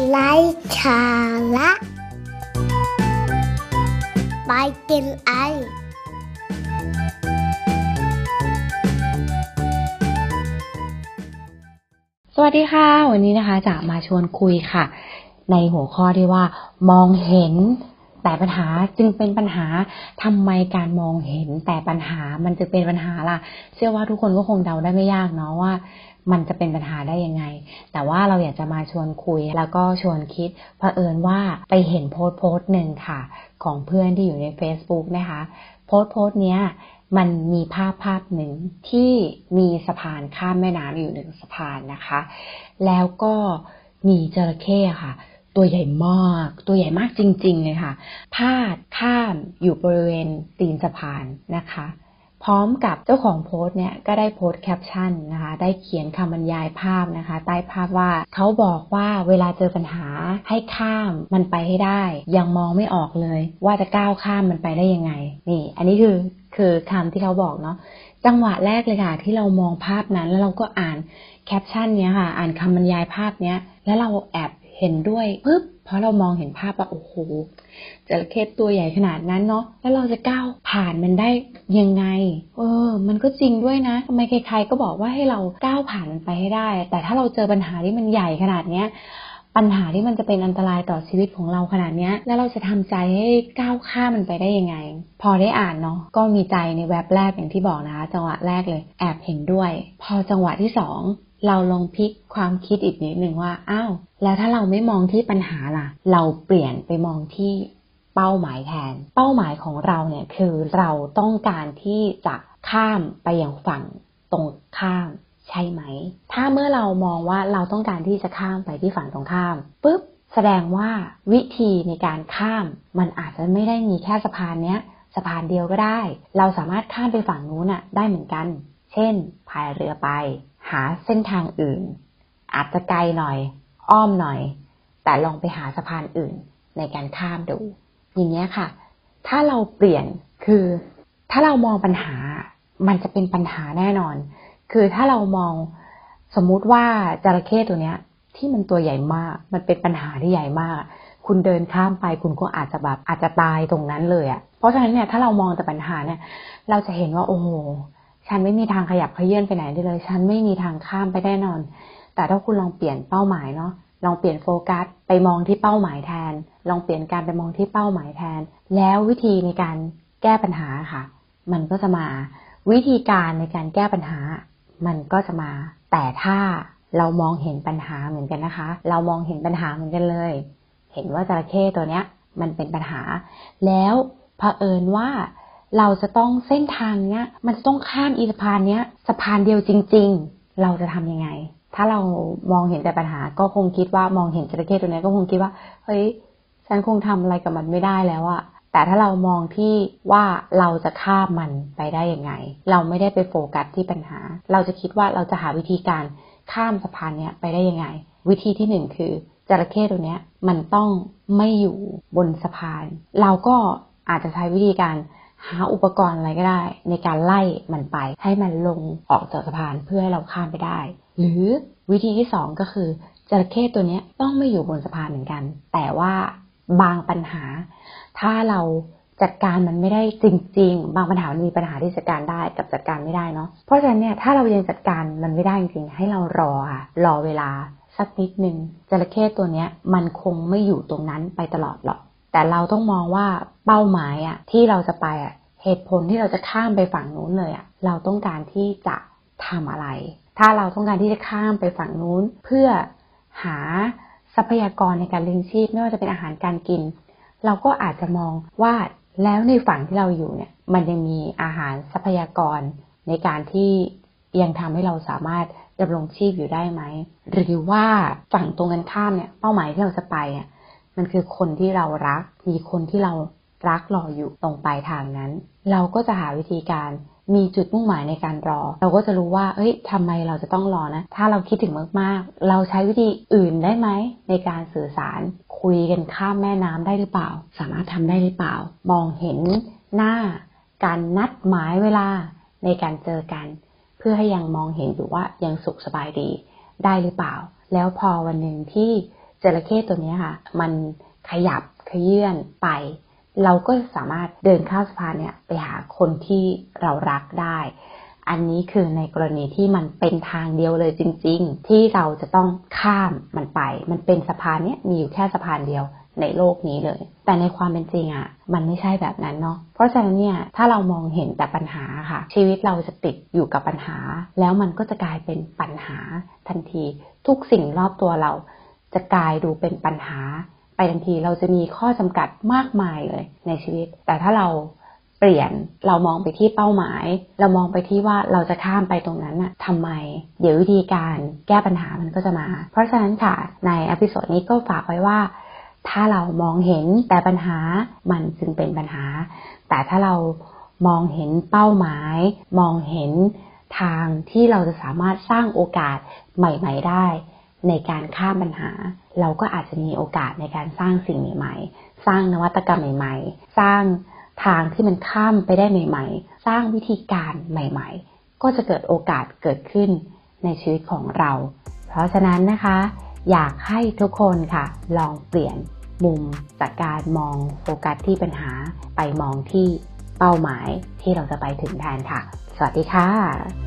ไร้สาระไปกินไอสวัสดีค่ะวันนี้นะคะจะมาชวนคุยค่ะในหัวข้อที่ว่ามองเห็นแต่ปัญหาจึงเป็นปัญหาทำไมการมองเห็นแต่ปัญหามันจะเป็นปัญหาล่ะเชื่อว่าทุกคนก็คงเดาได้ไม่ยากเนาะว่ามันจะเป็นปัญหาได้ยังไงแต่ว่าเราอยากจะมาชวนคุยแล้วก็ชวนคิดเผอิญว่าไปเห็นโพสต์หนึ่งค่ะของเพื่อนที่อยู่ใน Facebook นะคะโพสต์เนี้ยมันมีภาพหนึ่งที่มีสะพานข้ามแม่น้ำอยู่หนึ่งสะพานนะคะแล้วก็มีจระเข้ค่ะตัวใหญ่มากจริงๆเลยค่ะพาดข้ามอยู่บริเวณตีนสะพานนะคะพร้อมกับเจ้าของโพสต์เนี่ยก็ได้โพสต์แคปชั่นนะคะได้เขียนคำบรรยายภาพนะคะใต้ภาพว่าเขาบอกว่าเวลาเจอปัญหาให้ข้ามมันไปให้ได้ยังมองไม่ออกเลยว่าจะก้าวข้ามมันไปได้ยังไงนี่อันนี้คือคำที่เขาบอกเนาะจังหวะแรกเลยค่ะที่เรามองภาพนั้นแล้วเราก็อ่านแคปชั่นเนี้ยค่ะอ่านคำบรรยายภาพเนี้ยแล้วเราแอบเห็นด้วยปึ๊บเพราะเรามองเห็นภาพว่าโอ้โหจระเข้ตัวใหญ่ขนาดนั้นเนาะแล้วเราจะก้าวผ่านมันได้ยังไงมันก็จริงด้วยนะทำไมใครๆก็บอกว่าให้เราก้าวผ่านมันไปให้ได้แต่ถ้าเราเจอปัญหาที่มันใหญ่ขนาดเนี้ยปัญหาที่มันจะเป็นอันตรายต่อชีวิตของเราขนาดนี้แล้วเราจะทำใจให้ก้าวข้ามมันไปได้ยังไงพอได้อ่านเนาะก็มีใจในแวบแรกอย่างที่บอกนะคะจังหวะแรกเลยแอบเห็นด้วยพอจังหวะที่สองเราลองพลิกความคิดอีกนิดนึงว่าอ้าวแล้วถ้าเราไม่มองที่ปัญหาล่ะเราเปลี่ยนไปมองที่เป้าหมายแทนเป้าหมายของเราเนี่ยคือเราต้องการที่จะข้ามไปยังฝั่งตรงข้ามใช่ไหมถ้าเมื่อเรามองว่าเราต้องการที่จะข้ามไปที่ฝั่งตรงข้ามปุ๊บแสดงว่าวิธีในการข้ามมันอาจจะไม่ได้มีแค่สะพานเนี้ยสะพานเดียวก็ได้เราสามารถข้ามไปฝั่งนู้นน่ะได้เหมือนกันเช่นพายเรือไปหาเส้นทางอื่นอาจจะไกลหน่อยอ้อมหน่อยแต่ลองไปหาสะพานอื่นในการข้ามดูอย่างเงี้ยค่ะถ้าเราเปลี่ยนคือถ้าเรามองปัญหามันจะเป็นปัญหาแน่นอนคือถ้าเรามองสมมุติว่าจระเข้ตัวเนี้ยที่มันตัวใหญ่มากมันเป็นปัญหาที่ใหญ่มากคุณเดินข้ามไปคุณก็อาจจะตายตรงนั้นเลยอ่ะเพราะฉะนั้นเนี่ยถ้าเรามองแต่ปัญหาเนี่ยเราจะเห็นว่าโอ้โหฉันไม่มีทางขยับเขยื้อนไปไหนได้เลยฉันไม่มีทางข้ามไปแน่นอนแต่ถ้าคุณลองเปลี่ยนเป้าหมายเนาะลองเปลี่ยนโฟกัสไปมองที่เป้าหมายแทนลองเปลี่ยนการไปมองที่เป้าหมายแทนแล้ววิธีในการแก้ปัญหาค่ะมันก็จะมาวิธีการในการแก้ปัญหามันก็จะมาแต่ถ้าเรามองเห็นปัญหาเหมือนกันนะคะเรามองเห็นปัญหาเหมือนกันเลยเห็นว่าจระเข้ตัวเนี้ยมันเป็นปัญหาแล้วเผอิญว่าเราจะต้องเส้นทางเนี้ยมันจะต้องข้ามสะพานเนี้ยสะพานเดียวจริงๆเราจะทำยังไงถ้าเรามองเห็นแต่ปัญหาก็คงคิดว่ามองเห็นจระเข้ตัวนี้ก็คงคิดว่าเฮ้ยฉันคงทำอะไรกับมันไม่ได้แล้วอะแต่ถ้าเรามองที่ว่าเราจะข้ามมันไปได้ยังไงเราไม่ได้ไปโฟกัสที่ปัญหาเราจะคิดว่าเราจะหาวิธีการข้ามสะพานเนี้ยไปได้ยังไงวิธีที่หนึ่งคือจระเข้ตัวเนี้ยมันต้องไม่อยู่บนสะพานเราก็อาจจะใช้วิธีการหาอุปกรณ์อะไรก็ได้ในการไล่มันไปให้มันลงออกจากสะพานเพื่อให้เราข้ามไปได้หรือวิธีที่สองก็คือจระเข้ตัวนี้ต้องไม่อยู่บนสะพานเหมือนกันแต่ว่าบางปัญหาถ้าเราจัดการมันไม่ได้จริงๆบางปัญหามันมีปัญหาที่จัดการได้กับจัดการไม่ได้เนาะเพราะฉะนั้นเนี่ยถ้าเรายังจัดการมันไม่ได้จริงๆให้เรารอเวลาสักนิดนึงจระเข้ตัวนี้มันคงไม่อยู่ตรงนั้นไปตลอดหรอกแต่เราต้องมองว่าเป้าหมายที่เราจะไปเหตุผลที่เราจะข้ามไปฝั่งนู้นเลยเราต้องการที่จะทำอะไรถ้าเราต้องการที่จะข้ามไปฝั่งนู้นเพื่อหาทรัพยากรในการเลี้ยงชีพไม่ว่าจะเป็นอาหารการกินเราก็อาจจะมองว่าแล้วในฝั่งที่เราอยู่เนี่ยมันยังมีอาหารทรัพยากรในการที่ยังทำให้เราสามารถดำรงชีพอยู่ได้ไหมหรือว่าฝั่งตรงกันข้ามเนี่ยเป้าหมายที่เราจะไปมันคือคนที่เรารักมีคนที่เรารักรออยู่ตรงปลายทางนั้นเราก็จะหาวิธีการมีจุดมุ่งหมายในการรอเราก็จะรู้ว่าทำไมเราจะต้องรอนะถ้าเราคิดถึงมากๆเราใช้วิธีอื่นได้ไหมในการสื่อสารคุยกันข้ามแม่น้ำได้หรือเปล่าสามารถทำได้หรือเปล่ามองเห็นหน้าการนัดหมายเวลาในการเจอกันเพื่อให้ยังมองเห็นอยู่ว่ายังสุขสบายดีได้หรือเปล่าแล้วพอวันหนึ่งที่จระเข้ตัวนี้ค่ะมันขยับขยื่นไปเราก็สามารถเดินข้ามสะพานเนี่ยไปหาคนที่เรารักได้อันนี้คือในกรณีที่มันเป็นทางเดียวเลยจริงๆที่เราจะต้องข้ามมันไปมันเป็นสะพานเนี้ยมีอยู่แค่สะพานเดียวในโลกนี้เลยแต่ในความเป็นจริงอ่ะมันไม่ใช่แบบนั้นเนาะเพราะฉะนั้นเนี่ยถ้าเรามองเห็นแต่ปัญหาค่ะชีวิตเราจะติดอยู่กับปัญหาแล้วมันก็จะกลายเป็นปัญหาทันทีทุกสิ่งรอบตัวเราจะกลายดูเป็นปัญหาไปทันทีเราจะมีข้อจำกัดมากมายเลยในชีวิตแต่ถ้าเราเปลี่ยนเรามองไปที่เป้าหมายเรามองไปที่ว่าเราจะข้ามไปตรงนั้นน่ะทำไมเดี๋ยววิธีการแก้ปัญหามันก็จะมาเพราะฉะนั้นค่ะในเอพิโซดนี้ก็ฝากไว้ว่าถ้าเรามองเห็นแต่ปัญหามันจึงเป็นปัญหาแต่ถ้าเรามองเห็นเป้าหมายมองเห็นทางที่เราจะสามารถสร้างโอกาสใหม่ๆได้ในการข้ามปัญหาเราก็อาจจะมีโอกาสในการสร้างสิ่งใหม่ๆสร้างนวัตกรรมใหม่ๆสร้างทางที่มันข้ามไปได้ใหม่ๆสร้างวิธีการใหม่ๆก็จะเกิดโอกาสเกิดขึ้นในชีวิตของเราเพราะฉะนั้นนะคะอยากให้ทุกคนค่ะลองเปลี่ยนมุมจากการมองโฟกัสที่ปัญหาไปมองที่เป้าหมายที่เราจะไปถึงแทนค่ะสวัสดีค่ะ